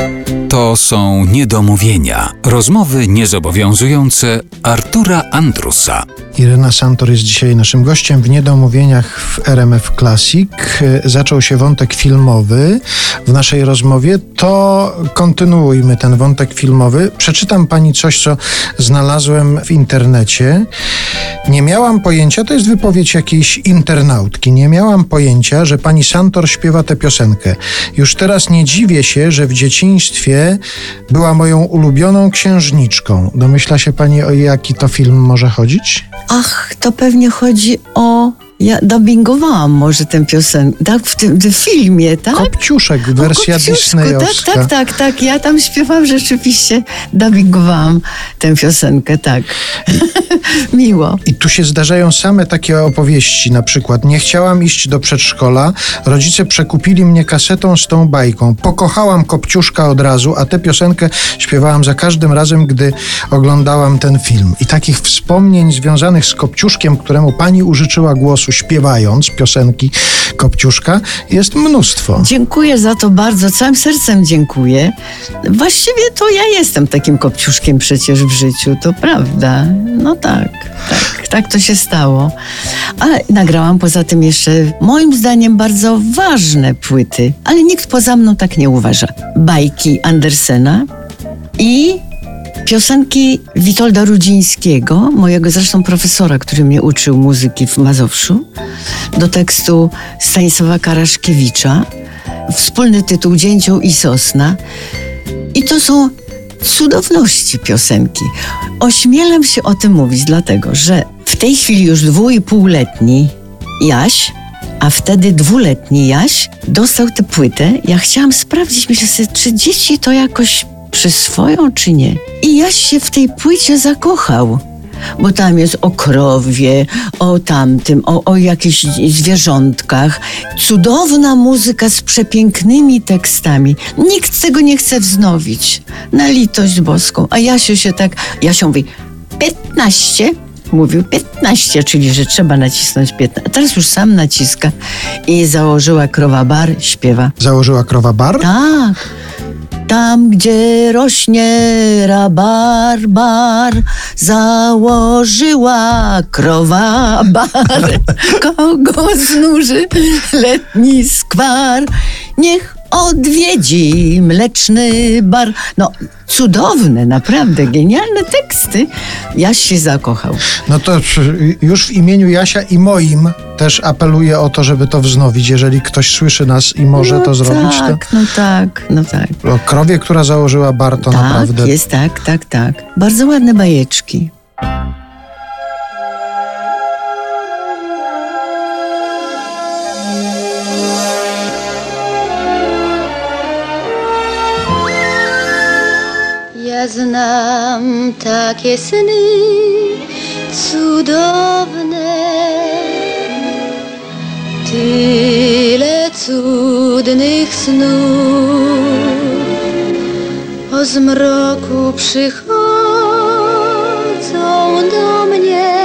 To są niedomówienia. Rozmowy niezobowiązujące Artura Andrusa. Irena Santor jest dzisiaj naszym gościem w Niedomówieniach w RMF Classic. Zaczął się wątek filmowy w naszej rozmowie. To kontynuujmy ten wątek filmowy. Przeczytam pani coś, co znalazłem w internecie. Nie miałam pojęcia, to jest wypowiedź jakiejś internautki, nie miałam pojęcia, że pani Santor śpiewa tę piosenkę. Już teraz nie dziwię się, że w dzieciństwie była moją ulubioną księżniczką. Domyśla się pani, o jaki to film może chodzić? Ach, to pewnie chodzi o... Ja dubbingowałam może tę piosenkę, tak? W tym filmie, tak? Kopciuszek, wersja disneyowska. Tak. Ja tam śpiewam, rzeczywiście dubbingowałam tę piosenkę, tak. Miło. I tu się zdarzają same takie opowieści, na przykład: nie chciałam iść do przedszkola, rodzice przekupili mnie kasetą z tą bajką. Pokochałam Kopciuszka od razu, a tę piosenkę śpiewałam za każdym razem, gdy oglądałam ten film. I takich wspomnień związanych z Kopciuszkiem, któremu pani użyczyła głosu, śpiewając piosenki Kopciuszka, jest mnóstwo. Dziękuję za to bardzo, całym sercem dziękuję. Właściwie to ja jestem takim Kopciuszkiem przecież w życiu, to prawda. No tak to się stało. Ale nagrałam poza tym jeszcze, moim zdaniem, bardzo ważne płyty, ale nikt poza mną tak nie uważa. Bajki Andersena i piosenki Witolda Rudzińskiego, mojego zresztą profesora, który mnie uczył muzyki w Mazowszu, do tekstu Stanisława Karaszkiewicza. Wspólny tytuł Dzięcioł i Sosna. I to są cudowności piosenki. Ośmielam się o tym mówić, dlatego że w tej chwili już 2,5-letni Jaś, a wtedy 2-letni Jaś dostał tę płytę. Ja chciałam sprawdzić, myślę sobie, czy dzieci to jakoś przyswoją, czy nie. I Jaś się w tej płycie zakochał, bo tam jest o krowie, o tamtym, o jakichś zwierzątkach. Cudowna muzyka z przepięknymi tekstami. Nikt tego nie chce wznowić. Na litość boską. A Jasio mówi 15. Mówił 15, czyli że trzeba nacisnąć 15. A teraz już sam naciska i założyła krowa bar, śpiewa. Założyła krowa bar? Tak. Tam, gdzie rośnie rabarbar, założyła krowa bar. Kogo znuży letni skwar, niech odwiedzi mleczny bar. No, cudowne, naprawdę, genialne teksty. Jaś się zakochał. No to już w imieniu Jasia i moim też apeluję o to, żeby to wznowić. Jeżeli ktoś słyszy nas i może to zrobić, to... No tak. O krowie, która założyła bar, to naprawdę... Tak, jest, tak. Bardzo ładne bajeczki. Ja znam takie sny cudowne, tyle cudnych snów o zmroku przychodzą do mnie,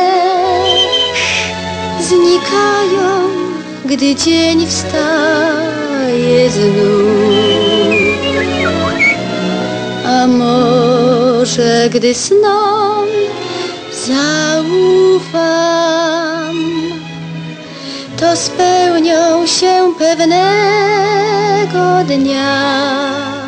znikają, gdy dzień wstaje znów. A może gdy snom zaufam, to spełnią się pewnego dnia.